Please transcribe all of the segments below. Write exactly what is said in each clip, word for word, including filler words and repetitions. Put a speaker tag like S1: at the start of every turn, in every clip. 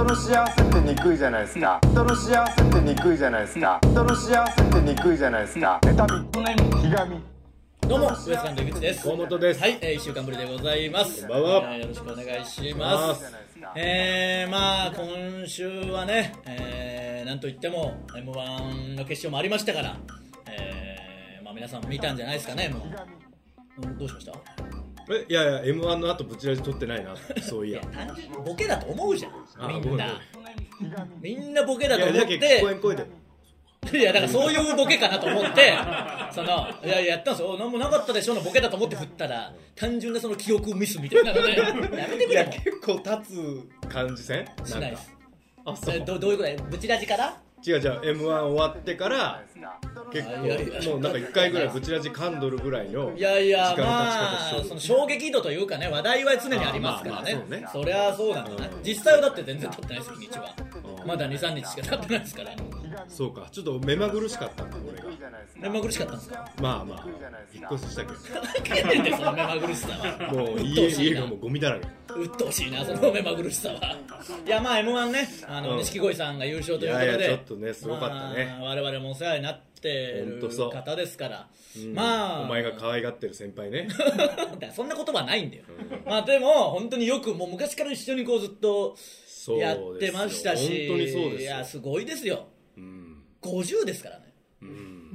S1: 人の幸せってにくいじゃないですか。人の幸せってにくいじゃないですか。人の幸せってにくいじゃないですか。妬み、ひがみ。
S2: どうもウエストランド井口です。
S3: 河本です。
S2: はい、えー、いっしゅうかんぶりでございます。
S3: こんばんは、
S2: えー、よろしくお願いします。えー、まあ今週はね、えー、なんといっても エムワン の決勝もありましたから、えー、まあ皆さん見たんじゃないですかね。もうどうしました？
S3: えいやいや エムワン の後ブチラジ撮ってないな。そういや。
S2: いや単純にボケだと思うじゃん。みんな。みんなボケだと思って。
S3: いや聞こえん声で。
S2: いやだからそういうボケかなと思ってそのいややったんですよ。何もなかったでしょのボケだと思って振ったら単純なその記憶ミスみたいなのでやめてくれ。
S3: いや結構立つ感じせん？
S2: しないです。
S3: あそう。
S2: ど, どういうことだ？ブチラジから？
S3: 違う違う エムワン 終わってから結構
S2: いやいや
S3: もうなんかいっかいぐらいブチラジ噛んどるぐらいの
S2: いやいや
S3: 時間の
S2: ま
S3: 経ち方しとる。
S2: あその衝撃度というかね話題は常にありますからね。
S3: まあまあまあそうね。
S2: そりゃそうなんだね。実際はだって全然経ってないです。日にちはまだ にさんにちしか経ってないですから。
S3: そうか、ちょっと目まぐるしかったんだ俺が。
S2: 目まぐるしかったんですか？
S3: まあまあ引っ越ししたけど
S2: 何やねんでその目まぐるしさは。
S3: もう家家がもうゴミだらけ。
S2: うっとうしいなその目まぐるしさは。いやまあ エムワン ねあの錦鯉さんが優勝ということで、
S3: いやいやちょっとねすごかったね。
S2: まあ、我々もお世話になってる方ですから、
S3: うん、まあお前が可愛がってる先輩ね
S2: そんな言葉ないんだよ、うん、まあでも本当によくもう昔から一緒にこうずっとやってましたし、
S3: 本当にそうですよ。
S2: いやすごいですよ、うん、ごじゅうですからね、うん、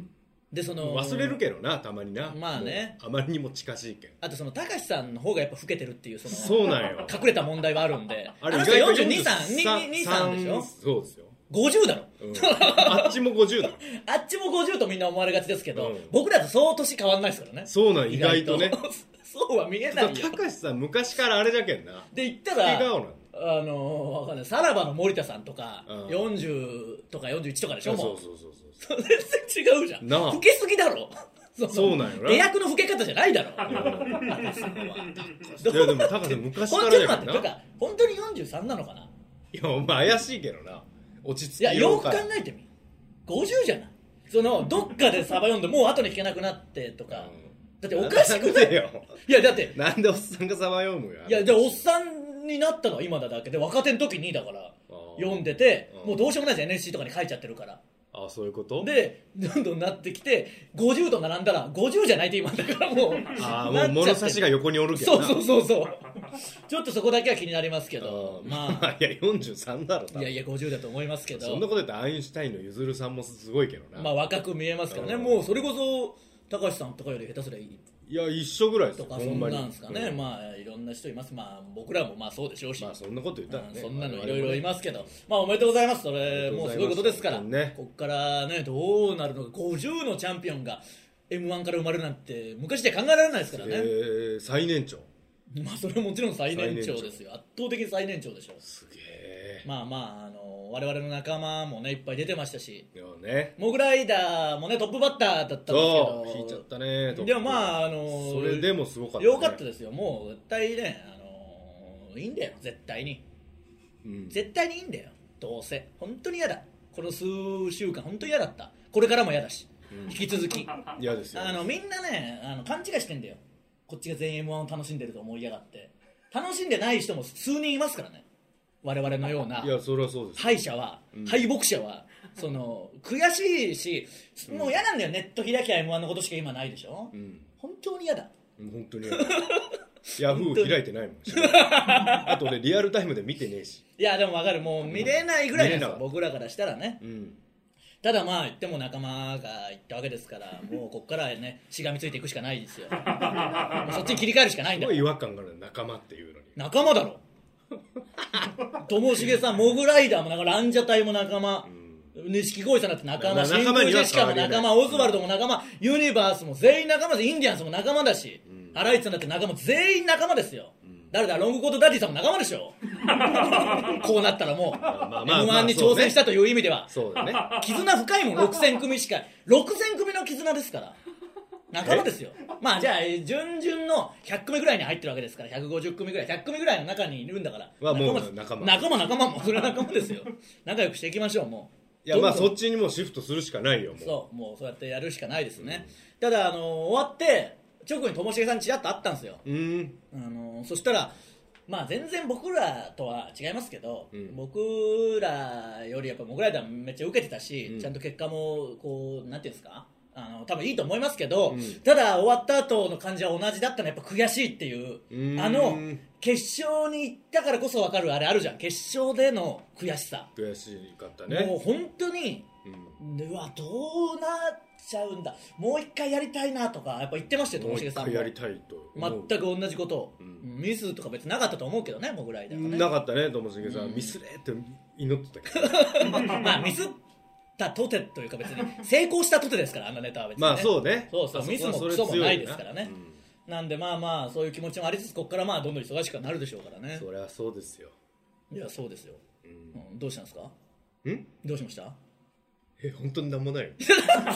S2: でその
S3: 忘れるけどなたまにな。
S2: まあね
S3: あまりにも近しいけん。
S2: あとその高橋さんの方がやっぱ老けてるっていうその
S3: そうなんよ
S2: 隠れた問題はあるんで
S3: あれ
S2: あの人よんじゅうに、さんでしょ。
S3: そうですよ
S2: ごじゅうだろ、うん、
S3: あっちもごじゅうだろ
S2: あっちもごじゅうとみんな思われがちですけど、
S3: うん、
S2: 僕らとそう年変わんないですからね。
S3: そうなん意外とね
S2: そうは見えないよ。
S3: 高橋さん昔からあれじゃけんな。
S2: で言ったら
S3: 笑顔なん
S2: あのわかんないさらばの森田さんとか、うん、よんじゅうとかよんじゅういちとかでしょ。もうそうそうそうそう全然違うじゃん。老けすぎだろ。そ, そうなんよな。出役の老け方じゃないだろ。いや
S3: でも高橋さん昔からだよな。
S2: 本当によんじゅうさんなのかな。
S3: いやお前怪しいけどな。落ち着き
S2: いやよく考えてみごじゅうじゃない。そのどっかでサバ読んでもう後に聞けなくなってとか、うん、だっておかしくないよ。いやだって
S3: なんでおっさんがサバ読むよ。
S2: いやでおっさんになったのは今だだけで若手の時にだから読んでてもうどうしようもないですよ エヌエスシー とかに書いちゃってるから。
S3: ああそういうこと
S2: でどんどんなってきてごじゅうと並んだらごじゅうじゃないって今だからもう
S3: ああもう物差しが横におるけどな。
S2: そうそうそうそうちょっとそこだけは気になりますけどまあ
S3: いやよんじゅうさんだろ。
S2: いやいやごじゅうだと思いますけど。
S3: そんなこと言ったらアインシュタインのゆずるさんもすごいけどな。
S2: まあ若く見えますからね。もうそれこそ高橋さんとかより下手すりゃいい
S3: いや一緒ぐらいです
S2: とかそんなんですかね、うん、まあいろんな人います。まあ僕らもまあそうでしょうし、
S3: まあそんなこと言ったらね、
S2: うん、そんなのいろいろいますけど、まあおめでとうございます。それもうすごいことですから、ね、こっからねどうなるのか。ごじゅうのチャンピオンが エムワン から生まれるなんて昔では考えられないですからね。
S3: えー、最年長。
S2: まあそれはもちろん最年長ですよ。圧倒的に最年長でしょ。
S3: すげえ。
S2: まあまああの我々の仲間もねいっぱい出てましたし、
S3: ね、
S2: モグライダーもねトップバッターだったんですけど
S3: 引いちゃったね。
S2: でもまああの
S3: それでもすごかったね。
S2: よかったですよ。もう絶対ねあのいいんだよ絶対に、うん、絶対にいいんだよ。どうせ本当に嫌だこの数週間本当に嫌だった。これからも嫌だし、うん、引き続き
S3: 嫌ですよ。
S2: あのみんなねあの勘違いしてんだよ。こっちが全員 エムワン を楽しんでると思いやがって。楽しんでない人も数人いますからね。我々のようない
S3: やそれはそうです。
S2: 敗者は、うん、敗北者はその悔しいし、もう嫌なんだよ。ネット開きゃ エムワン のことしか今ないでしょ、うん、本当に嫌だ。
S3: 本当に嫌だヤフー開いてないもんあと俺リアルタイムで見てねえし。い
S2: やでも分かる。もう見れないぐらいですよ、うん、僕らからしたらね、うん、ただまあ言っても仲間が言ったわけですからもうこっからねしがみついていくしかないですよもうそっちに切り替えるしかないんだ。
S3: すごい違和感がある。仲間っていうのに
S2: 仲間だろともしげさんモグライダーも仲間ランジャタイも仲間、錦鯉さんだって仲間、真空ジェシカも仲間、オズワルドも仲間、ユニバースも全員仲間です。インディアンスも仲間だし、ハライチさんだって仲間全員仲間ですよ。誰だロングコートダディさんも仲間でしょこうなったらもう エムワン に挑戦したという意味では
S3: そうだね。
S2: 絆深いもん。ろくせん組しかろくせん組の絆ですから仲間ですよ。まあじゃあ準々のひゃく組ぐらいに入ってるわけですからひゃくごじゅう組ぐらいひゃく組ぐらいの中にいるんだから
S3: はもう仲間
S2: 仲間仲間もそれは仲間ですよ仲良くしていきましょう。もう
S3: いやまあそっちにもシフトするしかないよ。もう
S2: そうもうそうやってやるしかないですね、うん、ただあの終わって直後にともしげさんにちらっと会ったんですよ、うん、あのそしたらまあ全然僕らとは違いますけど、うん、僕らよりやっぱモグライダーめっちゃ受けてたし、うん、ちゃんと結果もこうなんていうんですか、あの多分いいと思いますけど、うん、ただ終わった後の感じは同じだったのはやっぱ悔しいっていう、あの決勝に行ったからこそ分かるあれあるじゃん、決勝での悔しさ。
S3: 悔しかったね。
S2: もう本当に、うん、うわどうなっちゃうんだ、もう一回やりたいなとかやっぱ言ってましたよ、ともしげさんも。
S3: もう一回やりたいと
S2: 全く同じことを、うん、ミスとか別になかったと思うけどね、モグライダーはね。
S3: なかったね、ともしげさん、うん、ミスれって祈ってたけど
S2: まあミスったとてというか別に成功したとてですから、あんなネタは別に、ね、
S3: まあそうね、
S2: そうそう、ミスもクソもないですからね、うん、なんでまあまあそういう気持ちもありつつ、ここからまあどんどん忙しくなるでしょうからね。
S3: そりゃそうですよ。
S2: いやそうですよ、うんうん、どうしたんですか。
S3: ん
S2: どうしました。
S3: え本当になんもないよい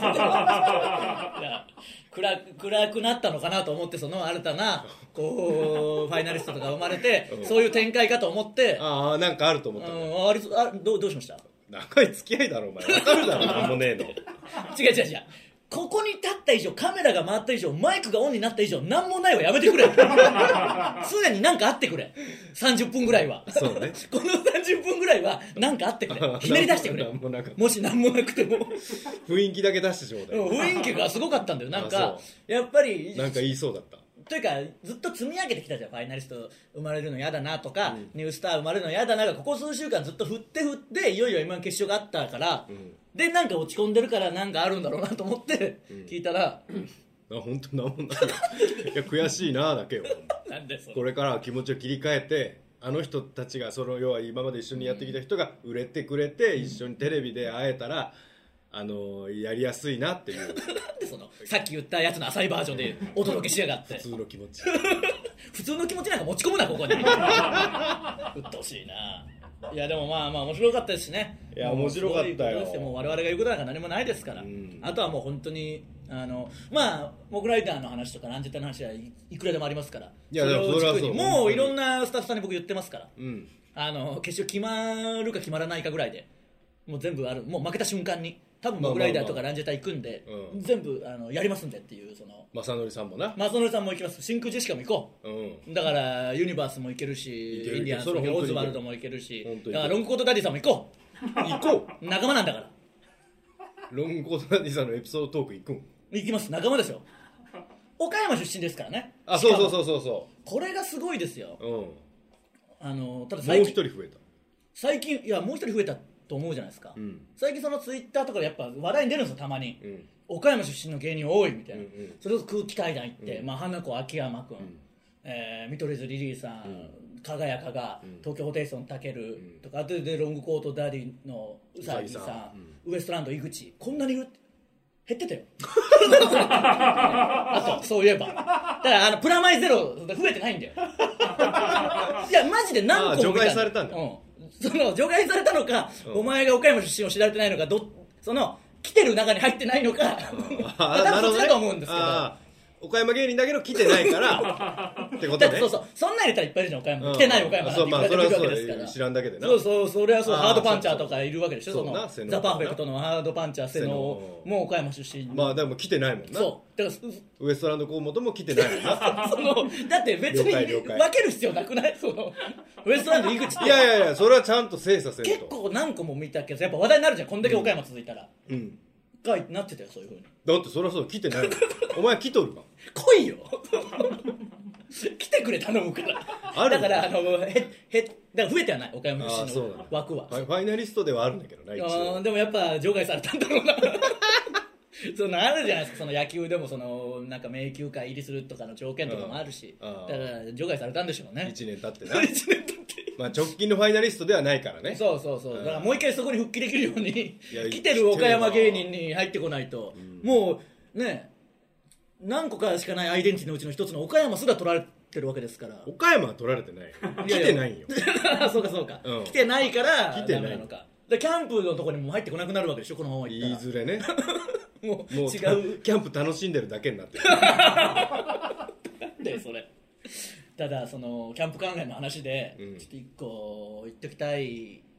S2: や 暗, 暗くなったのかなと思って、その新たなこうファイナリストとか生まれて、うん、そういう展開かと思って、
S3: ああなんかあると思った、ね、
S2: うん、ありあどうどうしました。
S3: 長い付き合いだろお前、分かるだろなんもねえの
S2: 違う違う違う、ここに立った以上、カメラが回った以上、マイクがオンになった以上、なんもないはやめてくれ常に何かあってくれ、さんじゅっぷんぐらいは。
S3: そうね
S2: このさんじゅっぷんぐらいは何かあってくれひねり出してくれも, もし何もなくても
S3: 雰囲気だけ出してしまうたよ。
S2: 雰囲気がすごかったんだよ、なんかやっぱり
S3: なんか言いそうだった
S2: というか、ずっと積み上げてきたじゃん、ファイナリスト生まれるの嫌だなとか、うん、ニュースター生まれるの嫌だながここ数週間ずっと振って振っていよいよ エムワン 決勝があったから、うん、でなんか落ち込んでるからなんかあるんだろうなと思って聞いたら、うん
S3: うん、あ本当なんもないいや悔しいなだけよ
S2: なんでそ
S3: これからは気持ちを切り替えて、あの人たちがその要は今まで一緒にやってきた人が売れてくれて、うん、一緒にテレビで会えたらあのやりやすいなっていうなんで
S2: そのさっき言ったやつの浅いバージョンでお届けしやがって
S3: 普通の気持ち
S2: 普通の気持ちなんか持ち込むなここにうっとうしいな。いやでもまあまあ面白かったですしね。
S3: いや面白かったよ。
S2: もう我々が言うことなんか何もないですから、うん、あとはもう本当にあのまあモグライダーの話とかランジェタの話はいくらでもありますから、
S3: いやでもそれはそう、
S2: もういろんなスタッフさんに僕言ってますから、
S3: うん、
S2: あの決勝決まるか決まらないかぐらいでもう全部ある、もう負けた瞬間に多分モグライダーとかランジェタ行くんで、まあまあまあ、うん、全部あのやりますんでっていう、その
S3: 正則さんもな、
S2: 正則さんも行きます、真空ジェシカも行こう、
S3: うん、
S2: だからユニバースも行けるし、インディアンスもオズワルドも行けるし、だからロングコートダディさんも行こう
S3: 行こう
S2: 仲間なんだから。
S3: ロングコートダディさんのエピソードトーク行くん。
S2: 行きます、仲間ですよ。岡山出身ですからね。
S3: あ、そうそうそうそうそう、
S2: これがすごいですよ、
S3: うん、
S2: あのただ最近
S3: もう一人増えた
S2: 最近いやもう一人増えたと思うじゃないですか、うん、最近そのツイッターとかでやっぱ話題に出るんですよ、たまに、うん、岡山出身の芸人多いみたいな、うんうん、それこそ空気階段行って、うん、まあ、花子秋山君、うん、えー、見取り図リリーさん、うん、かがやかが、うん、東京ホテイソンたけるとか、あとでロングコートダディのうさぎさん、うん、ウエストランド井口、こんなにいる減ってたよあとそういえばだからあのプラマイゼロ増えてないんだよいやマジで何個も
S3: 除外されたんだよ、
S2: うん、その除外されたのか、うん、お前が岡山出身を知られてないのか、どその来てる中に入ってないのか多分そっちだと思うんですけど、
S3: 岡山芸人だけど来てないからってことね。
S2: そうそう、そんなん入れたらいっぱいいるじゃん、岡山、うん、来てない岡山なんていくらでもいるわけですから、
S3: 知らんだけでな。
S2: そうそう、それはそう、ハードパンチャーとかいるわけでしょ、その
S3: そ
S2: ザ・パーフェクトのハードパンチャー瀬能も岡山出身。
S3: まあでも来てないもんな。
S2: そうだから
S3: ウエストランド河本も来てないもんな
S2: そのだって別に分ける必要なくない、そのウエストランド井口って。
S3: いやいやいや、それはちゃんと精査せんと。
S2: 結構何個も見たけどやっぱ話題になるじゃん、こんだけ岡山続いたら。
S3: うん、うん
S2: がなってたよ、そういう風に。
S3: だってそりゃそう、来てないもんお前来とるか
S2: 来いよ来てくれ頼むからあるだからあのへへだから増えてはない岡山出身の枠は。
S3: ファイナリストではあるんだけどな、一応。
S2: でもやっぱ除外されたんだろうなそのあるじゃないですか、その野球でもそのなんか名球会入りするとかの条件とかもあるし、だから除外されたんでしょうね、
S3: いちねん経ってな
S2: いちねん経って
S3: まあ直近のファイナリストではないからね。
S2: そうそうそう、だからもう一回そこに復帰できるように来てる岡山芸人に入ってこないと、うん、もうね何個かしかないアイデンティティのうちの一つの岡山すら取られてるわけですから。
S3: 岡山は取られてない来てないよ
S2: そうかそうか、うん、来てないからダメなのか。でキャンプのところにも入ってこなくなるわけでしょ、このままいったら。
S3: いずれね
S2: もう
S3: もう
S2: 違う
S3: キャンプ楽しんでるだけになってる
S2: でそれただそのキャンプ関連の話で、うん、ちょっと一個言っておきたい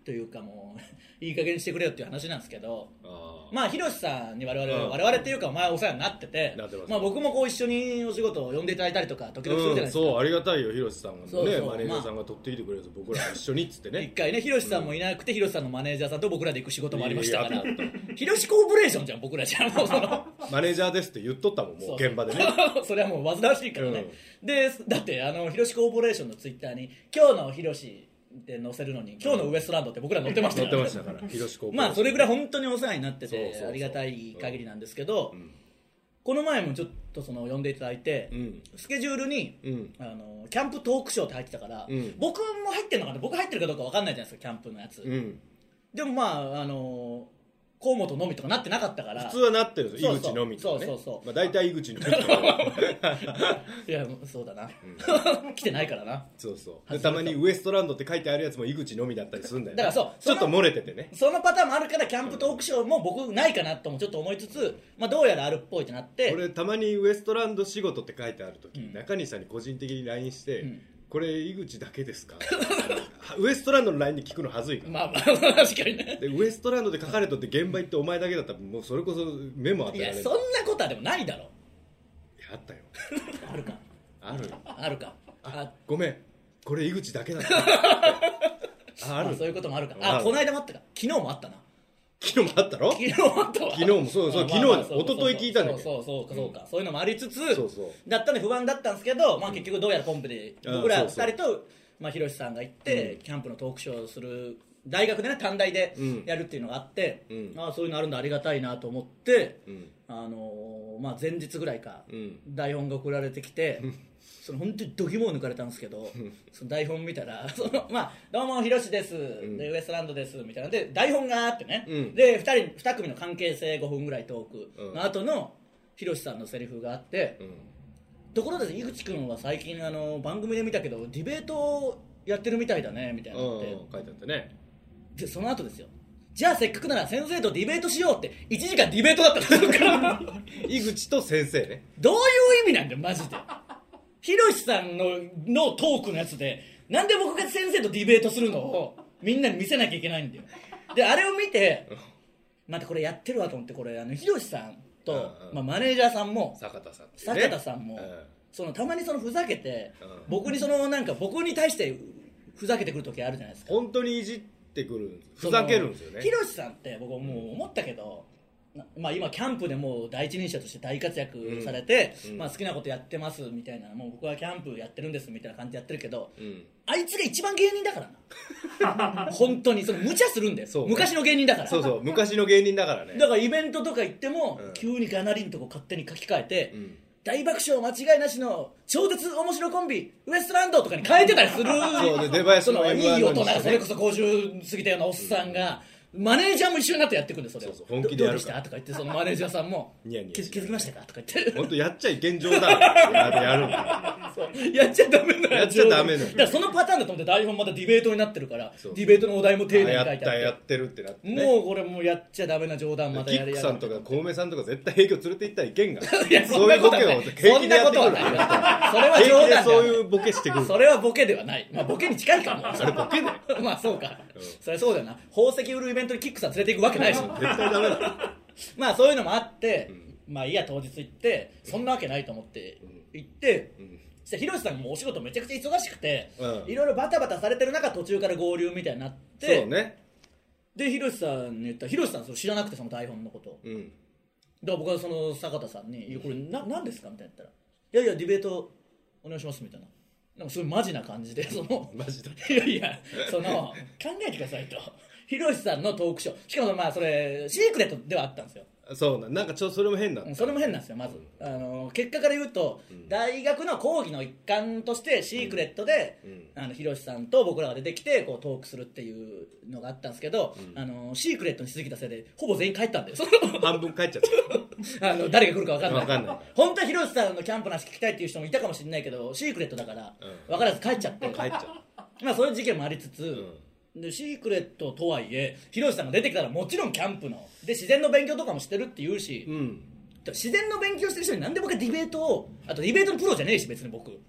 S2: というかもういい加減にしてくれよっていう話なんですけど、
S3: あ
S2: まあひろしさんに我々、
S3: うん
S2: 我々っていうか前お世話になってて、
S3: なってます
S2: まあ、僕もこう一緒にお仕事を呼んでいただいたりとか時々するじゃないですか、
S3: うん、そうありがたいよ。ひろしさんがね
S2: そうそう
S3: マネージャーさんが取ってきてくれると僕ら一緒にっつって
S2: 一
S3: ね
S2: 回ねひろしさんもいなくて、ひろしさんのマネージャーさんと僕らで行く仕事もありましたから、
S3: いやいやあっ
S2: ひろしコーポレーションじゃん僕らじゃんもうその
S3: マネージャーですって言っとったもんもう現場でね
S2: それはもう煩わしいからね、でだってあのひろしコーポレーションのツイッターに今日のひろしで載せるのに今日のウエストランドって僕ら載ってました
S3: 乗
S2: から、
S3: ってましたからひろし高校
S2: まあそれぐらい本当にお世話になってて
S3: そうそうそう
S2: ありがたい限りなんですけど、
S3: ん
S2: この前もちょっとその呼んでいただいて、
S3: うん
S2: スケジュールに、
S3: うん
S2: あのキャンプトークショーって入ってたから、
S3: うん
S2: 僕も入ってるのかな僕入ってるかどうか分かんないじゃないですかキャンプのやつ、
S3: うん
S2: でもまああの河本のみとかなってなかったから
S3: 普通はなってるんですよ
S2: そうそう
S3: 井口のみとかね
S2: そうそうそう
S3: まあ大体井口のみ
S2: いやそうだな、来てないからな
S3: そうそうでたまにウエストランドって書いてあるやつも井口のみだったりするんだよね
S2: だからそう
S3: ちょっと漏れててね
S2: そのパターンもあるからキャンプトークショーも僕ないかなともちょっと思いつつ、まあ、どうやらあるっぽいってなって
S3: 俺たまにウエストランド仕事って書いてある時、
S2: うん
S3: 中西さんに個人的に ライン して、
S2: うん
S3: これ井口だけですかウエストランドの ライン で聞くのはずいから、
S2: まあまあ確かにね
S3: でウエストランドで書かれとって現場行ってお前だけだったらもうそれこそ目も当
S2: いや
S3: てられる
S2: そんなことはでもないだろ
S3: いやあったよ
S2: あるか
S3: あるよ
S2: あるか
S3: あ
S2: あ
S3: ごめんこれ井口だけだったあある
S2: まあそういうこともあるか
S3: ある
S2: あこの間もあったか昨日もあったな
S3: 昨日もあったろ
S2: 昨日もあったわ
S3: 昨日もそうそう
S2: まあ
S3: 昨日
S2: まあまあそう
S3: 一昨日聞いたんだけど
S2: そうそうそうかそうか、そういうのもありつつ
S3: そうそう
S2: だったんで不安だったんですけど、まあ、結局どうやらコンペで
S3: うん
S2: 僕ら
S3: そうそう
S2: ふたりとまあひろしさんが行って、キャンプのトークショーをする大学でね短大で
S3: うん
S2: やるっていうのがあって、
S3: うん
S2: ああそういうのあるんだありがたいなと思って、
S3: うん
S2: あのーまあ、前日ぐらいか、
S3: うん
S2: 台本が送られてきて、その本当に度肝を抜かれたんですけど、その台本見たらその、まあ、どうもひろしです、
S3: ん
S2: でウエストランドですみたいなで台本があってね、
S3: うん
S2: でふたりに組の関係性ごふんぐらいトークの後のひろしさんのセリフがあって、
S3: うん
S2: ところで井口君は最近あの番組で見たけどディベートやってるみたいだねみたいなのって、
S3: うん書いてあったね
S2: でその後ですよ、じゃあせっかくなら先生とディベートしようっていちじかんディベートだったんですよから
S3: 井口と先生ね
S2: どういう意味なんだよマジでひろしさんののトークのやつでなんで僕が先生とディベートするのをみんなに見せなきゃいけないんだよであれを見てまたこれやってるわと思ってこれあのひろしさんと、
S3: うんうん
S2: まあ、マネージャーさんも
S3: 坂田さんってね
S2: 坂田さんも、
S3: うん
S2: そのたまにそのふざけて、
S3: うん
S2: 僕にそのなんか僕に対してふざけてくる時あるじゃないですか
S3: 本当にいじってくるんですふざけるんですよね
S2: ひろしさんって僕もう思ったけど、なまあ、今キャンプでもう第一人者として大活躍されて、
S3: うん
S2: まあ、好きなことやってますみたいなもう僕はキャンプやってるんですみたいな感じでやってるけど、
S3: うん
S2: あいつが一番芸人だからな本当にその無茶するんだよ
S3: そう
S2: 昔の芸人だから
S3: そうそう昔の芸人だからね
S2: だからイベントとか行っても、
S3: うん
S2: 急にガナリンとこ勝手に書き換えて、
S3: うん
S2: 大爆笑間違いなしの超絶面白コンビウエストランドとかに変えてたりする
S3: そうで出囃子も
S2: その
S3: エム
S2: いい大人
S3: ワンのにしてね
S2: それこそごじゅう過ぎたようなおっさんが、マネージャーも一緒になってやっていくんですそれを
S3: そうそう本気でやるから
S2: どどうでしたとか言ってそのマネージャーさんも
S3: ニヤニヤ
S2: 気づ気づきましたかとか言って
S3: 本当やっちゃいけん冗談やるやるんだ
S2: そうやっちゃダメな
S3: やっちゃダメな
S2: だからそのパターンだと思って台本またディベートになってるから
S3: そう
S2: ディベートのお題も丁寧に
S3: やった
S2: 書いてあって
S3: やってるってなってね
S2: もうこれもうやっちゃダメな冗談また
S3: キ
S2: やりやがって
S3: ックさんとか小梅さんとか絶対営業連れて行ったらいけんが
S2: いや
S3: そういうボケを
S2: そ
S3: 平
S2: んなこ
S3: 気でやってくる
S2: とはないそれは冗談だよ
S3: 平気でそういうボケしてくる
S2: それはボケではない、まあ、ボケに近いかも
S3: あれボケだよ
S2: まあそうか、
S3: うん
S2: それそうだよな宝石売るイベントにキックさん連れていくわけないし
S3: 絶対ダメだ
S2: まあそういうのもあって、
S3: うん
S2: まあいいや当日行ってそんなわけないと思って行って、
S3: うん
S2: そしたらひろしさんもお仕事めちゃくちゃ忙しくて、
S3: うん
S2: いろいろバタバタされてる中途中から合流みたいになって
S3: そうね
S2: でひろしさんに言ったらひろしさんそれ知らなくてその台本のこと
S3: うん
S2: だから僕はその坂田さんに「いやこれな何ですか?」みたいな言ったら「いやいやディベートお願いします」みたいななんかすごいマジな感じでその
S3: マジだ
S2: いやいやその考えてくださいとひろしさんのトークショーしかもまあそれシークレットではあったんですよ
S3: そうななんかちょっとそれも変だった
S2: それも変なんですよまず、あの結果から言うと、
S3: ん
S2: 大学の講義の一環としてシークレットで、
S3: うん
S2: あのひろしさんと僕らが出てきてこうトークするっていうのがあったんですけど、
S3: うん
S2: あのシークレットにしすぎたせいでほぼ全員帰ったんだよその
S3: 半分帰っちゃった
S2: あの誰が来るか分かんない
S3: 分かんない
S2: 本当はひろしさんのキャンプの話聞きたいっていう人もいたかもしれないけどシークレットだから
S3: うん
S2: 分からず帰っちゃって、
S3: 帰っちゃ
S2: まあそういう事件もありつつ、
S3: う
S2: でシークレットとはいえひろしさんが出てきたらもちろんキャンプので自然の勉強とかもしてるって言うし、
S3: うん
S2: 自然の勉強してる人になんで僕はディベートをあとディベートのプロじゃねえし別に僕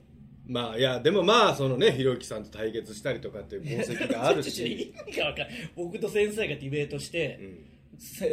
S3: まあいやでもまあそのねひろゆきさんと対決したりとかっていう功績があるし
S2: 意味が分かんない。僕と先生がディベートして、うん、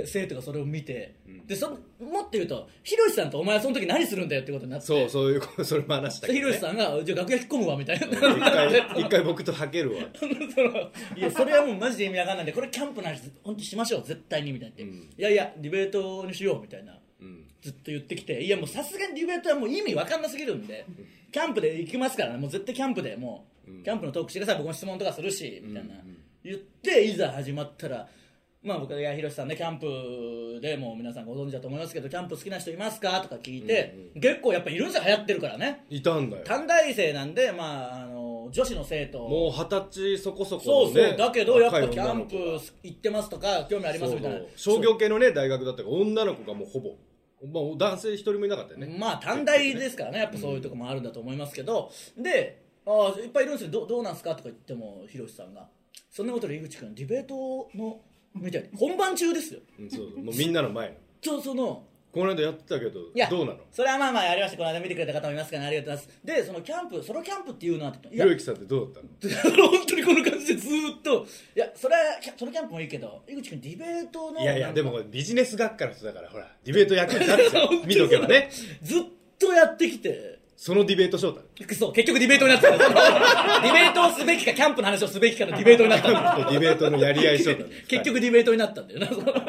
S2: 生徒がそれを見て、うん、でそもっと言うとひろしさんとお前はその時何するんだよってことになって、
S3: そうそういうそれも話したけど、ね、
S2: ひろしさんがじゃあ楽屋引っ込むわみたいな、一
S3: 回一回僕とはけるわ
S2: そのいやそれはもうマジで意味わかんないんでこれキャンプの話本当しましょう絶対にみたいな、うん、いやいやディベートにしようみたいな、うん、ずっと言ってきて、いやもうさすがにディベートはもう意味わかんなすぎるんでキャンプで行きますからね、もう絶対キャンプでもう、うん、キャンプのトークしてください、僕も質問とかするしみたいな、うん、言っていざ始まったら、まあ僕がひろしさんねキャンプでもう皆さんご存知だと思いますけどキャンプ好きな人いますかとか聞いて、うんうん、結構やっぱいるんですよ、流行ってるからね。
S3: いたんだよ。
S2: 短大生なんで、まああの女子の生徒
S3: もう二十歳そこそこ
S2: の、ね、そうそうだけどやっぱキャンプ行ってますとか興味ありますみたいな、
S3: 商業系のね大学だったから女の子がもうほぼ、まあ、男性一人もいなかったよね。
S2: まあ短大ですからねやっぱそういうとこもあるんだと思いますけど、うん、であいっぱいいるんですよ、 ど, どうなんすかとか言ってもひろしさんがそんなことで井口君ディベートのみたいに本番中ですよ、
S3: うん、そうもうみんなの前の
S2: そうその
S3: この間やってたけどどうなの。
S2: それはまあまあやりました、この間見てくれた方もいますから、ね、ありがとうございます。でそのキャンプソロキャンプっていうのは
S3: ひろゆきさんってどうだったの
S2: 本当にこの感じでずーっといやそれはソロキャンプもいいけど井口君ディベートの
S3: いやいやでもビジネス学科の人だからほらディベート役に立つよ見とけばね
S2: ずっとやってきて
S3: そのディベートショーだ
S2: そう結局ディベートになってたディベートをすべきかキャンプの話をすべきかのディベートになった
S3: キャンプとディベートのやり合いショーだ、ね、
S2: 結局ディベートになったんだよな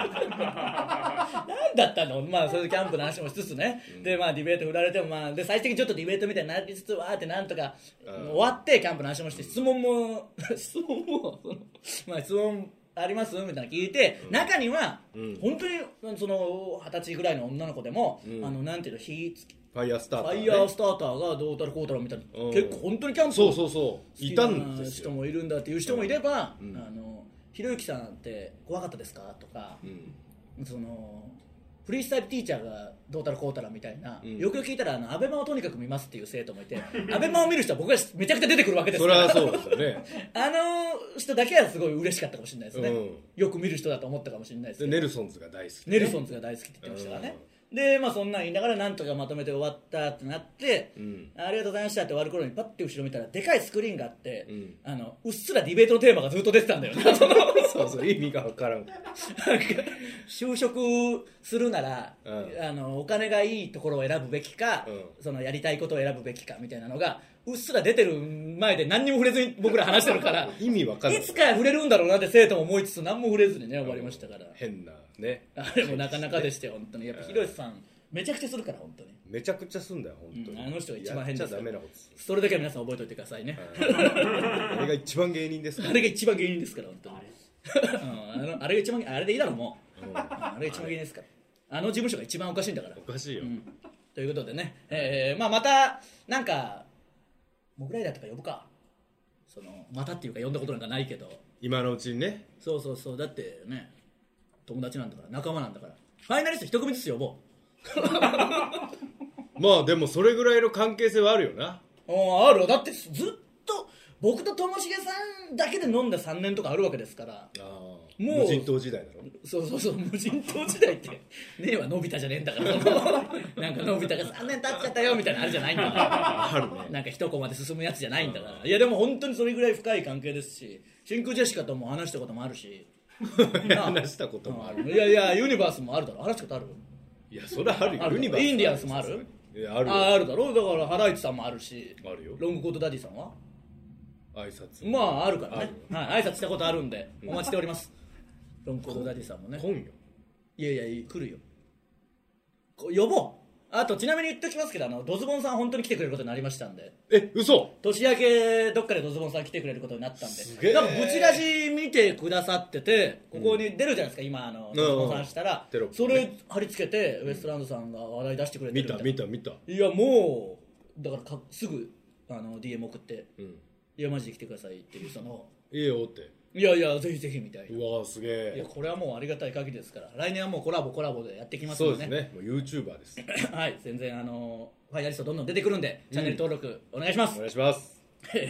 S2: 何だったの、まあそれでキャンプの話もしつつね、うん、でまあディベート振られてもまあで最終的にちょっとディベートみたいになりつつわーってなんとか終わってキャンプの話もして質問も質問もそのまあ質問ありますみたいな聞いて、うん、中には、うん、本当にその二十歳ぐらいの女の子でも、うん、あのなんていうの火つき
S3: ファイヤースターター、ね、
S2: ファイヤースターターがどうたらこうたらみたいな、うん、結構本当にキャンプ
S3: そうそうそういたんですよ
S2: 人もいるんだっていう人もいれば、うん、あのひろゆきさんって怖かったですかとか、うん、そのフリースタイルティーチャーがどうたらこうたらみたいな、うん、よくよく聞いたらあのアベマをとにかく見ますっていう生徒もいてアベマを見る人は僕はめちゃくちゃ出てくるわけですから
S3: それはそうですよね
S2: あの人だけはすごい嬉しかったかもしれないですね、うん、よく見る人だと思ったかもしれないですけど
S3: ネルソンズが大好き、ね、
S2: ネルソンズが大好きって言ってましたからね、うんでまあそんなん言いながらなんとかまとめて終わったってなって、うん、ありがとうございましたって終わる頃にパッて後ろ見たらでかいスクリーンがあって、うん、あのうっすらディベートのテーマがずっと出てたんだよね
S3: そうそう意味が分からん
S2: 就職するなら、うん、あのお金がいいところを選ぶべきか、うん、そのやりたいことを選ぶべきかみたいなのがうっすら出てる前で何にも触れずに僕ら話してるから
S3: 意味分かんない
S2: いつか触れるんだろうなって生徒も思いつつ何も触れずにね終わりましたから、
S3: 変なね
S2: あれもなかなかでしたよ本当にやっぱひろしさんめちゃくちゃするから本当に
S3: めちゃくちゃすんだよ本当に、
S2: うん、あの人が一番変ですから
S3: やっちゃダメなこと
S2: それだけは皆さん覚えておいてくださいね
S3: あれが一番芸人ですから
S2: あれが一番芸人ですから本当にあれあれが一番あれでいいだろうもう、うん、あれが一番芸人ですからあの事務所が一番おかしいんだから
S3: おかしいよ、うん、
S2: ということでね、えーまあ、またなんかモグライダーとか呼ぶかそのまたっていうか呼んだことなんかないけど
S3: 今のうちにね
S2: そうそうそうだってね友達なんだから仲間なんだからファイナリスト一組ずつ呼ぼう
S3: まあでもそれぐらいの関係性はあるよな
S2: ああるだってずっと僕とともしげさんだけで飲んださんねんとかあるわけですからあ
S3: もう無人島時代だろ
S2: そうそうそう無人島時代ってねえはのび太じゃねえんだからなんかのび太がさんねん経っちゃったよみたいなのあるじゃないんだからあるねなんか一コマで進むやつじゃないんだからいやでも本当にそれぐらい深い関係ですし真空ジェシカとも話したこともあるし
S3: 話したこともある
S2: いやいやユニバースもあるだろ話したことある
S3: いやそれはあるよユニバース
S2: インディアンスもある
S3: いやある
S2: ああるだろだからハライチさんもあるし
S3: あるよ
S2: ロングコートダディさんは
S3: 挨拶
S2: まああるからねはい、挨拶したことあるんでお待ちしております、うん、ロングコートダディさんもね
S3: 来んよ
S2: いやいや来るよ呼ぼうあとちなみに言っておきますけどあのドズボンさん本当に来てくれることになりましたんで
S3: え嘘
S2: 年明けどっかでドズボンさん来てくれることになったん
S3: です
S2: げえなんかブチラジ見てくださっててここに出るじゃないですか、うん、今あのドズボンさんしたら、うん、それ貼り付けて、うん、ウエストランドさんが話題出してくれてるみたいな
S3: 見た見た見た
S2: いやもうだからかすぐあの ディーエム 送って、うん、いやマジで来てくださいっていうその
S3: いいよって
S2: いやいやぜひぜひみたいな
S3: うわすげえ
S2: いやこれはもうありがたい限りですから来年はもうコラボコラボでやっていきますのでね
S3: そうですねもう YouTuber です
S2: はい全然あのファイナリストどんどん出てくるんで、うん、チャンネル登録お願いします
S3: お願いします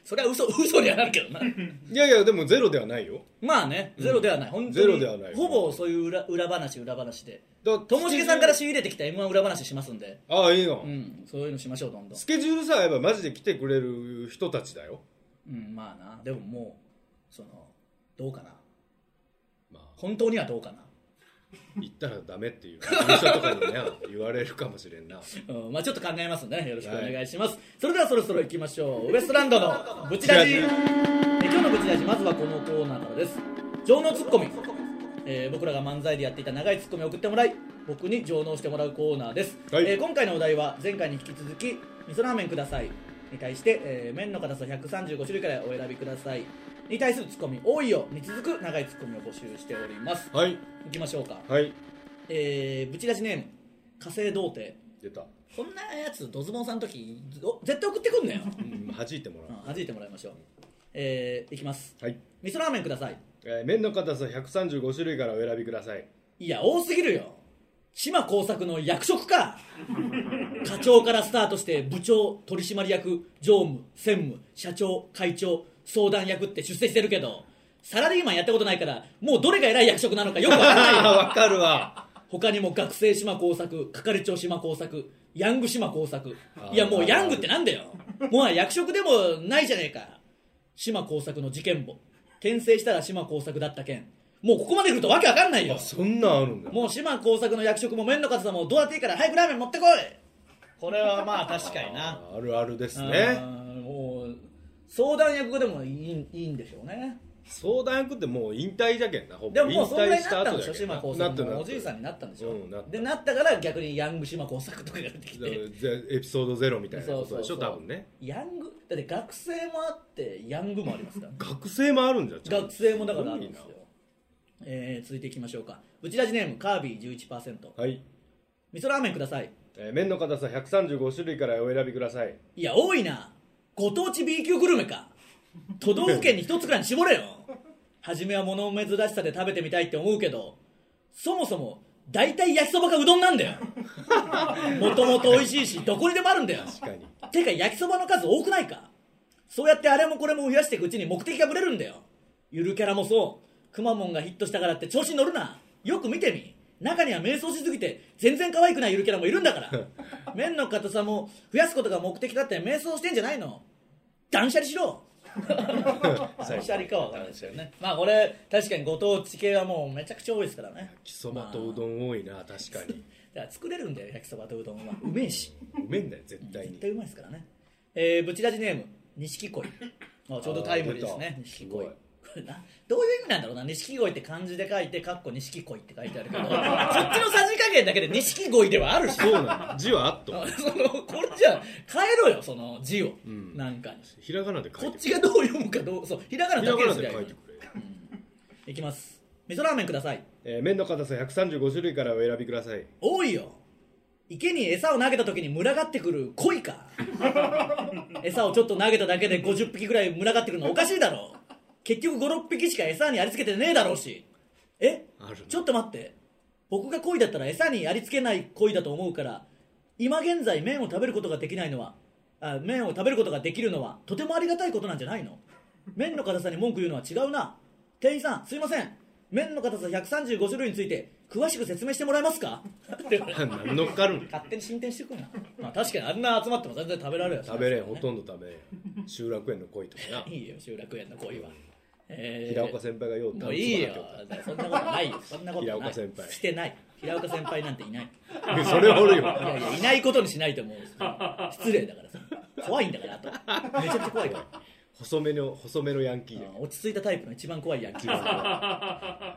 S2: それは嘘嘘にはなるけどな。
S3: いやいやでもゼロではないよ。
S2: まあね、ゼロではない、うん、本当に
S3: ゼロではない。
S2: ほぼそういう 裏, 裏話裏話で。ともしげさんから仕入れてきた エムワン 裏話しますんで。
S3: ああいいの、
S2: うん、そういうのしましょう。どんどん
S3: スケジュールさえ合えばマジで来てくれる人たちだよ。
S2: うんまあな、でももうそのどうかな、
S3: まあ、
S2: 本当にはどうかな。
S3: 言ったらダメっていう事務所とかにね言われるかもしれんな、
S2: うんまあ、ちょっと考えますね。よろしくお願いします、はい、それではそろそろ行きましょう。ウエストランドのブチラジ。え今日のブチラジ、まずはこのコーナーからです。情能ツッコミ、えー、僕らが漫才でやっていた長いツッコミを送ってもらい僕に情能してもらうコーナーです、はいえー、今回のお題は前回に引き続き味噌ラーメンくださいに対して、えー、麺の硬さひゃくさんじゅうご種類からお選びくださいに対するツッコミ多いよに続く長いツッコミを募集しております。
S3: はい、
S2: 行きましょうか。
S3: はい、
S2: えー、ブチラジネーム火星童貞。
S3: 出た。
S2: こんなやつドズボンさんの時絶対送ってくんなよ、
S3: うん、弾いてもらう、
S2: うん、弾いてもらいましょう。えー、いきます。
S3: はい、
S2: 味噌ラーメンください。
S3: えー、麺の硬さひゃくさんじゅうご種類からお選びください。
S2: いや多すぎるよ。島耕作の役職か課長からスタートして部長、取締役、常務、専務、社長、会長、相談役って出世してるけどサラリーマンやったことないからもうどれが偉い役職なのかよくわからないよ。
S3: わかるわ。
S2: 他にも学生島耕作、係長島耕作、ヤング島耕作。いやもうヤングってなんだよ。もう役職でもないじゃねえか。島耕作の事件簿転生したら島耕作だった件。もうここまで来るとわけわかんないよ。
S3: そんなんあるんだ。
S2: もう島耕作の役職も麺の硬さもどうやっていいから早くラーメン持ってこい。これはまあ確かにな。
S3: あるあるですね。
S2: もう相談役でもいい、いいんでしょうね。
S3: 相談役ってもう引退じゃけんな。
S2: でももうそんぐらいになったんでしょ。島耕作もおじいさんになったんでしょ、
S3: うん、な
S2: でなったから逆にヤング島耕作とかが出てきて
S3: エピソードゼロみたいなことでしょ。多分ね。
S2: ヤングだって学生もあってヤングもありますから、ね、
S3: 学生もあるんじゃん。
S2: 学生もだからあるんですよ。えー、続いていきましょうか。ブチラジネームカービー じゅういちパーセント。
S3: はい
S2: 味噌ラーメンください。
S3: えー、麺の硬さひゃくさんじゅうご種類からお選びください。
S2: いや多いな。ご当地 B 級グルメか。都道府県に一つくらいに絞れよ。初めは物珍しさで食べてみたいって思うけどそもそも大体焼きそばかうどんなんだよ。もともと美味しいしどこにでもあるんだよ。
S3: 確かに。
S2: てか焼きそばの数多くないか。そうやってあれもこれも増やしていくうちに目的がぶれるんだよ。ゆるキャラもそう。くまモンがヒットしたからって調子に乗るな。よく見てみ。中には迷走しすぎて全然可愛くないゆるキャラもいるんだから麺の硬さも増やすことが目的だって迷走してんじゃないの。断捨離しろ。断捨離かは分からないですよね。まあこれ確かにご当地系はもうめちゃくちゃ多いですからね。
S3: 焼きそばとうどん多いな、まあ、確かに。
S2: だから作れるんだよ焼きそばとうどんは。うめえし。
S3: うめえんだよ絶対に。
S2: 絶対うまいですからね。えー、ブチラジネーム錦鯉。ちょうどタイムリーですね。錦鯉。これなどういう意味なんだろうな。錦鯉って漢字で書いてかっこ錦鯉って書いてあるけどこっちのさじ加減だけで錦鯉ではあるし。
S3: そうなん字はあっと
S2: そのこれじゃ変えろよその字を、うん、なんかに
S3: ひらがなで書いてくれ。
S2: こっちがどう読むかどう。そうひらがなだけですよ。
S3: ひらがなで書いてくれ、
S2: うん、いきます。味噌ラーメンください。
S3: えー、麺の硬さひゃくさんじゅうご種類からお選びください。
S2: 多いよ。池に餌を投げた時に群がってくる鯉か。餌をちょっと投げただけでごじゅっぴきぐらい群がってくるのおかしいだろ。結局ご、ろっぴきしか餌にありつけてねえだろうし。えちょっと待って。僕が鯉だったら餌にありつけない鯉だと思うから今現在麺を食べることができないのはあ麺を食べることができるのはとてもありがたいことなんじゃないの。麺の硬さに文句言うのは違うな。店員さんすいません。麺の硬さひゃくさんじゅうご種類について詳しく説明してもらえますか。
S3: 何乗っかるん。
S2: 勝手に進展してくるな。まあ確かにあんな集まっても全然食べられる、ね、
S3: 食べれん。ほとんど食べれん。集落園の鯉とかな。
S2: いいよ集落園の鯉は、
S3: えー、平岡先輩がよう
S2: もういいよ。そんなことないよ。そんなことない。
S3: 平岡先輩
S2: してない。平岡先輩なんていない。
S3: それおるよ。
S2: いやいやいないことにしないと思う。失礼だからさ。怖いんだからあと。めちゃくちゃ怖いから。
S3: 細めの細めのヤンキー。
S2: 落ち着いたタイプの一番怖いヤンキーです。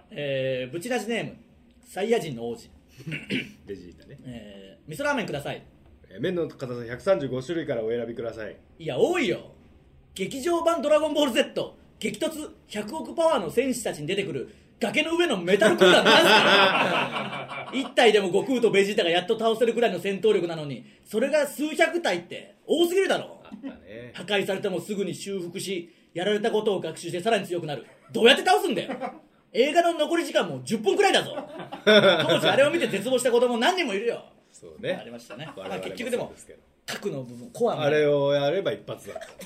S2: えー、ブチラジネームサイヤ人の王子。
S3: ベジータね。
S2: えー、味噌ラーメンください。
S3: えー、麺の硬さひゃくさんじゅうご種類からお選びください。
S2: いや多いよ。劇場版ドラゴンボール Z 激突ひゃくおくパワーの戦士たちに出てくる崖の上のメタルクーラーなんすか。一体でも悟空とベジータがやっと倒せるくらいの戦闘力なのにそれが数百体って多すぎるだろ。
S3: あったね。破
S2: 壊されてもすぐに修復しやられたことを学習してさらに強くなる。どうやって倒すんだよ。映画の残り時間もじゅっぷんくらいだぞ。当時あれを見て絶望した子供何人もいるよ。
S3: そうね。
S2: ありましたね。まあ、結局でも核の部分コアの
S3: あれをやれば一発だ。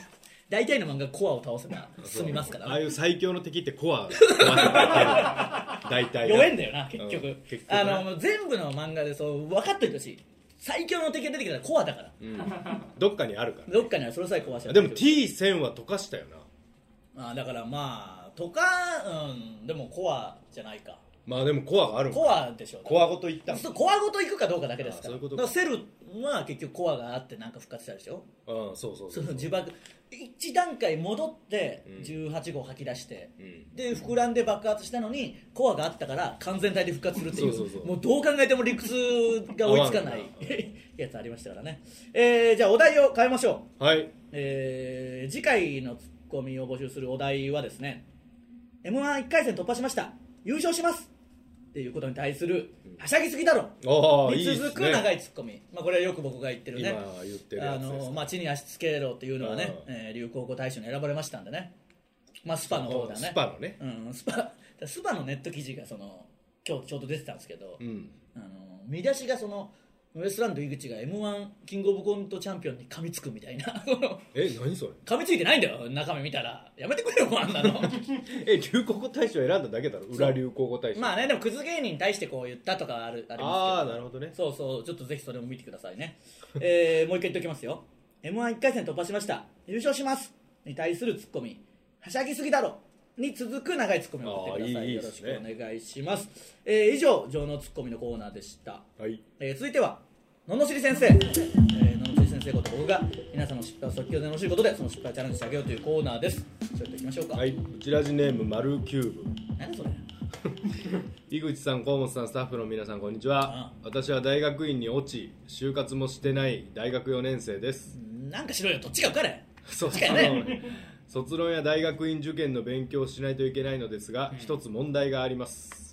S2: 大体の漫画コアを倒せば進みますから、ね、
S3: ああいう最強の敵ってコア壊せた大体
S2: 弱えんだよな結局、
S3: うん、結局
S2: あの全部の漫画でそう分かっておいてほしい。最強の敵が出てきたらコアだから、
S3: うん、どっかにあるから、ね、
S2: どっかにはそれさえ壊して。
S3: でも ティーせん は溶かしたよ
S2: なあ。だからまあとか、うん、でもコアじゃないか。
S3: まあでもコアがあるんか。
S2: コアでしょ。
S3: コアごといったん
S2: そうコアごといくかどうかだけですから。
S3: そういうこと
S2: か。だからセルは結局コアがあってなんか復活したでしょ。
S3: うん、そうそうそう。
S2: その呪縛一段階戻ってじゅうはち号吐き出して、
S3: うん、
S2: で膨らんで爆発したのにコアがあったから完全体で復活するっていう、
S3: そうそうそう、
S2: もうどう考えても理屈が追いつかないやつありましたからね。えー、じゃあお題を変えましょ
S3: う。はい。
S2: えー、次回のツッコミを募集するお題はですね、 エムワンいっ 回戦突破しました、優勝しますっていうことに対するはしゃぎすぎだろに続く長いツッコミ、いい、ね、まあ、これはよく僕が言ってるね、
S3: 今言ってるやつです。
S2: あの、まあ、地に足つけろっていうのはね、えー、流行語大賞に選ばれましたんでね、まあ、スパの方だね、
S3: スパのね、
S2: うん、スパスパのネット記事がその今日ちょうど出てたんですけど、うん、あの見出しがそのウエストランド井口が エムワン キングオブコントチャンピオンに噛みつくみたいな
S3: え、何それ、
S2: 噛みついてないんだよ中身見たら、やめてくれよあんなの
S3: え、流行語大賞選んだだけだろ、裏流行語大賞。
S2: まあね、でもクズ芸人に対してこう言ったとかあるありますけど、
S3: ああ、なるほどね、
S2: そうそう、ちょっとぜひそれも見てくださいねえー、もう一回言っておきますよ。 エムワンいっ 回戦突破しました、優勝しますに対するツッコミ、はしゃぎすぎだろに続く長いツッコミを持ってください。
S3: いい、
S2: よろしくお願いします。えー、以上情のツッコミのコーナーでした、
S3: はい。
S2: えー、続いてはののしり先生、えー、ののしり先生こと僕が皆さんの失敗を即興で楽しいことでその失敗をチャレンジしてあげようというコーナーです。それといきましょうか。
S3: はい、うちラジネーム丸キューブ。
S2: 何それ
S3: 井口さん、河本さん、スタッフの皆さん、こんにちは。ああ、私は大学院に落ち就活もしてない大学よねん生です。
S2: なんかしろよ、どっちか受かれ。
S3: そうそう、ね、卒論や大学院受験の勉強をしないといけないのですが、うん、一つ問題があります。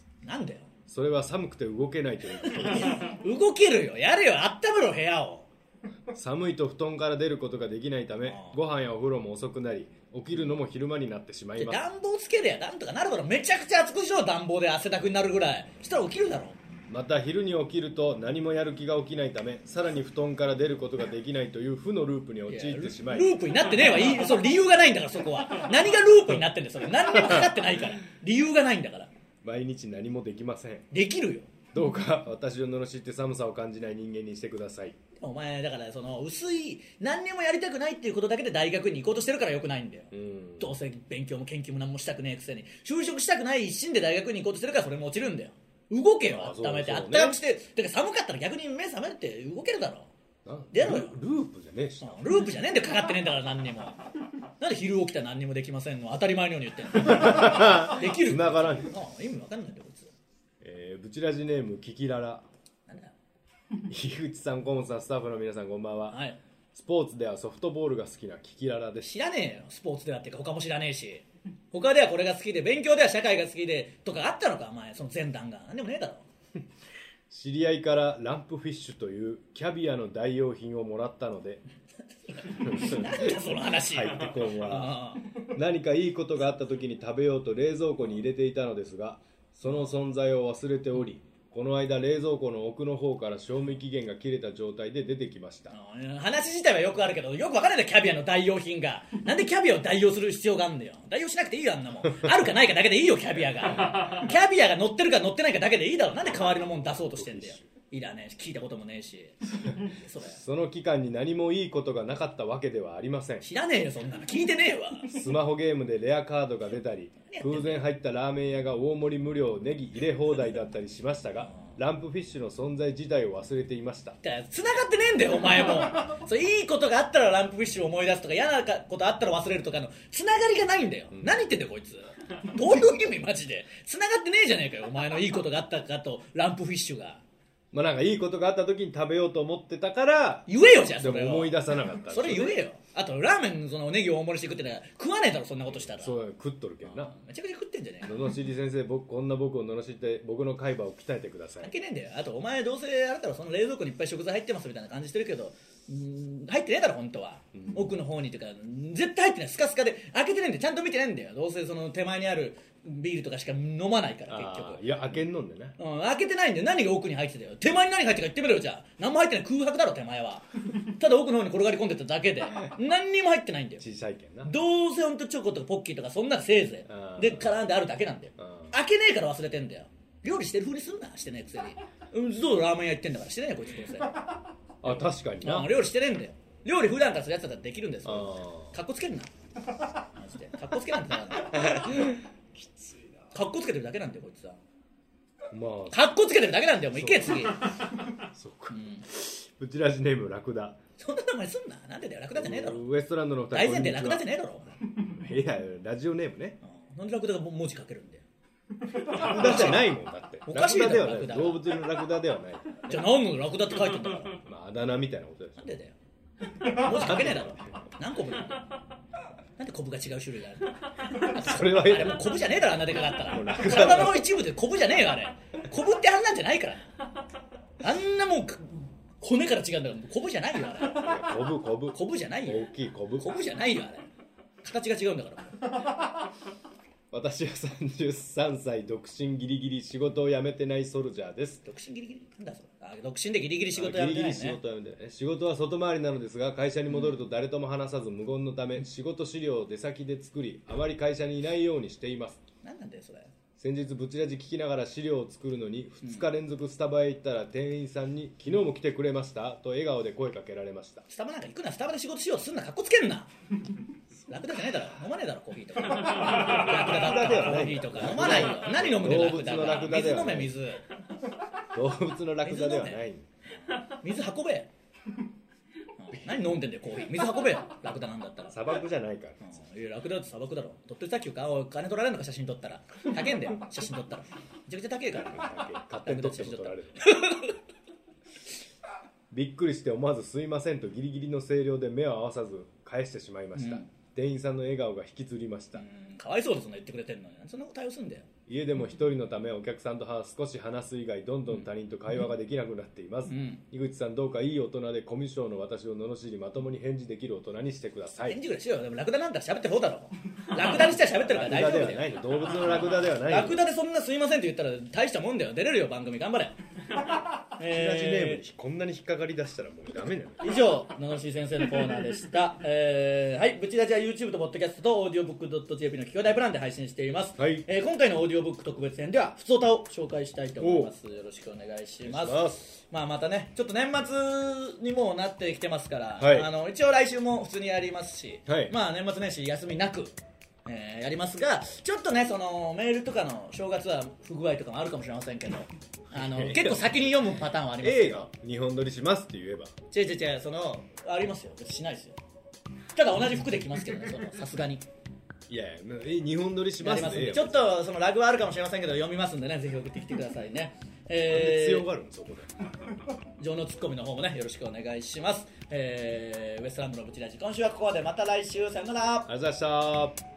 S2: なんだよ。
S3: それは寒くて動けないということです
S2: 動けるよ、やれよ、あっためろ部屋を。
S3: 寒いと布団から出ることができないため、ご飯やお風呂も遅くなり、起きるのも昼間になってしまいます。
S2: 暖房つけるやなんとかなるだろ。めちゃくちゃ暑くしろ、暖房で汗だくになるぐらいしたら起きるだろ。
S3: また昼に起きると何もやる気が起きないため、さらに布団から出ることができないという負のループに陥ってしまい、
S2: ループになってねえわ、いい、その理由がないんだから。そこは何がループになってんだよ。それ何にもかかってないから理由がないんだから。
S3: 毎日何もできません。
S2: できるよ。
S3: どうか私を罵って寒さを感じない人間にしてください。
S2: お前だからその薄い何にもやりたくないっていうことだけで大学に行こうとしてるからよくないんだよ。うん、どうせ勉強も研究も何もしたくねえくせに就職したくない一心で大学に行こうとしてるからそれも落ちるんだよ。動けよ、温めて、あったかくして。だから寒かったら逆に目覚めて動けるだろ。出ろよ。
S3: ループじゃねえし、
S2: うん、ループじゃねえんだよ、かかってねえんだから何にも。なんで昼起きたら何にもできませんの当たり前のように言ってんのできる。
S3: 繋がらん。
S2: ああ、意味わかんないんだよこいつ。
S3: えー、ブチラジネームキキララ。なんだ井口さん、河本さん、スタッフの皆さん、こんばんは、はい、スポーツではソフトボールが好きなキキララです。
S2: 知らねえよ、スポーツではっていうか他も知らねえし。他ではこれが好きで、勉強では社会が好きでとかあったのか、お前その前段が。何でもねえだろ。
S3: 知り合いからランプフィッシュというキャビアの代用品をもらったので
S2: なんだその話。
S3: 入ってこんは何かいいことがあった時に食べようと冷蔵庫に入れていたのですが、その存在を忘れており、この間冷蔵庫の奥の方から賞味期限が切れた状態で出てきました。
S2: 話自体はよくあるけどよく分からないんだよ、キャビアの代用品が。なんでキャビアを代用する必要があるんだよ。代用しなくていいよ、あんなもん。あるかないかだけでいいよ、キャビアが。キャビアが乗ってるか乗ってないかだけでいいだろ。なんで代わりのもん出そうとしてんだよ。いらねえし、聞いたこともねえし。
S3: それその期間に何もいいことがなかったわけではありません。
S2: 知らねえよ、そんなの聞いてねえわ。
S3: スマホゲームでレアカードが出たり、空前入ったラーメン屋が大盛り無料ネギ入れ放題だったりしましたが、ランプフィッシュの存在自体を忘れていました。
S2: つながってねえんだよお前も。そういいことがあったらランプフィッシュを思い出すとか、嫌なことあったら忘れるとかのつながりがないんだよ、うん、何言ってんだよこいつ。どういう意味マジで。つながってねえじゃねえかよ、お前のいいことがあったかとランプフィッシュが。
S3: まあなんかいいことがあった時に食べようと思ってたから
S2: 言えよ、じゃあそれを。
S3: でも思い出さなかった、ね、
S2: それ言えよ。あとラーメンそのネギを大盛りして食ってたら食わねえだろ、そんなことしたら。
S3: そう食っとるけどな。
S2: めちゃくちゃ食ってんじゃねえか。
S3: 罵り先生、僕こんな僕を罵って僕の海馬を鍛えてください。
S2: 関係ねえんだよ。あとお前どうせあれだろ、その冷蔵庫にいっぱい食材入ってますみたいな感じしてるけど、 うん入ってねえだろ本当は、うん、奥の方にというか絶対入ってないスカスカで開けてないんでちゃんと見てないんだよどうせその手前にあるビールとかしか飲まないから結局
S3: いや開けん飲んでね、
S2: うん、開けてないんで何が奥に入ってたよ手前に何が入ってるか言ってみろよじゃあ何も入ってない空白だろ手前はただ奥の方に転がり込んでただけで何にも入ってないんだよ
S3: 小さいけんな
S2: どうせほんとチョコとかポッキーとかそんなのせいぜいで絡んであるだけなんだよ開けねえから忘れてんだよ料理してるふりすんなしてねえくせにうんどうラーメン屋行ってんだからしてねえよこいつどうせ
S3: あ確かにな、
S2: うん、料理してねえんだよ料理普段からするやつだったらできるんですよかっこつけるなマジでかっこつけなんてなきついなかっこつけてるだけなんだよこいつはまあかっこつけてるだけなんだよもう行け次
S3: そうか、うん、ブチラジネームラクダ
S2: そんな名前すんななんでだよラクダじゃねえだろ
S3: ウエストランドのふたり
S2: 大前提ラクダじゃねえだろ
S3: いやラジオネームね、
S2: うん、なんでラクダが文字書けるんだよ
S3: ラクダじゃないもんだって
S2: おかしいだろラクダ
S3: 動物のラクダではない
S2: じゃあ何のラクダって書いてんだから
S3: まああだ名みたいなことでしょ
S2: なんでだよ文字書けねえだろ何個もなんでコブが違う種類がある
S3: それは
S2: あれもうコブじゃねえだろあんなでかかったら体の一部でコブじゃねえよあれコブってあんなんじゃないからあんなもん骨から違うんだからコブじゃないよあ
S3: れコブコブ
S2: コブじゃないよ
S3: 大きいコブ
S2: コブじゃないよあれ形が違うんだから
S3: 私はさんじゅうさんさい独身ギリギリ仕事を辞めてないソルジャーです
S2: 独身ギリギリなんだそれあ独身でギリギリ仕事辞めてないねギリギリ仕事辞めてない
S3: 仕事は外回りなのですが会社に戻ると誰とも話さず無言のため仕事資料を出先で作りあまり会社にいないようにしています。
S2: なんなんだよそれ
S3: 先日ブチラジ聞きながら資料を作るのにふつか連続スタバへ行ったら店員さんに昨日も来てくれましたと笑顔で声かけられました。
S2: スタバなんか行くなスタバで仕事しようすんなかっこつけんなラクダじゃないだろ飲まねえだろコーヒーとかラクダだったらコーヒーとか飲まないよ何飲むんだよラクダが水飲め水
S3: 動物のラクダではない
S2: 水運べ何飲んでんだよコーヒー水運べよラクダなんだったら
S3: 砂漠じゃないから、
S2: うん、いやラクダって砂漠だろ鳥取砂丘かおい金取られるのか写真撮ったら高えんだよ写真撮ったらめちゃくちゃ高えから
S3: 勝手に撮っても撮られるびっくりして思わずすいませんとギリギリの声量で目を合わさず返してしまいました、うん、店員さんの笑顔が引きずりました。
S2: うんかわいそうだそんな言ってくれてんのにそんな対応すんだよ。
S3: 家でも一人のためお客さんと少し話す以外どんどん他人と会話ができなくなっています、うん、井口さんどうかいい大人でコミュ障の私を罵りまともに返事できる大人にしてください。
S2: 返事ぐらいしよう。でもラクダなんだら喋ってる方だろラクダにしては喋ってるから大丈夫だよ。ラクダではないの
S3: 動物のラクダではない
S2: ラクダでそんなすいませんって言ったら大したもんだよ。出れるよ番組頑張れ
S3: えー、ラジネームにこんなに引っかかりだしたらもうダメなの。
S2: 以上ののしい先生のコーナーでした、えー、はいブチラジは YouTube と Podcast と オーディオブックドットジェーピー の聞き放題プランで配信しています、はいえー、今回のオーディオブック特別編ではふつおたを紹介したいと思います。よろしくお願いします。ますまあまたねちょっと年末にもうなってきてますから、はい、あの一応来週も普通にやりますし、はい、まあ年末年始休みなくえー、やりますがちょっとねそのメールとかの正月は不具合とかもあるかもしれませんけどあの結構先に読むパターンはありますけど
S3: 映画にほん撮りしますって言えば
S2: 違う違う違うそのありますよ別にしないですよ。ただ同じ服で来ますけどねさすがに
S3: いやにほん撮りしますね
S2: ちょっとそのラグはあるかもしれませんけど読みますんでねぜひ送ってきてくださいね。
S3: えー、強がるんそこで
S2: 情のツッコミの方もねよろしくお願いします。えー、ウエストランドのブチラジ今週はここまでまた来週さよなら。
S3: ありがとうございました。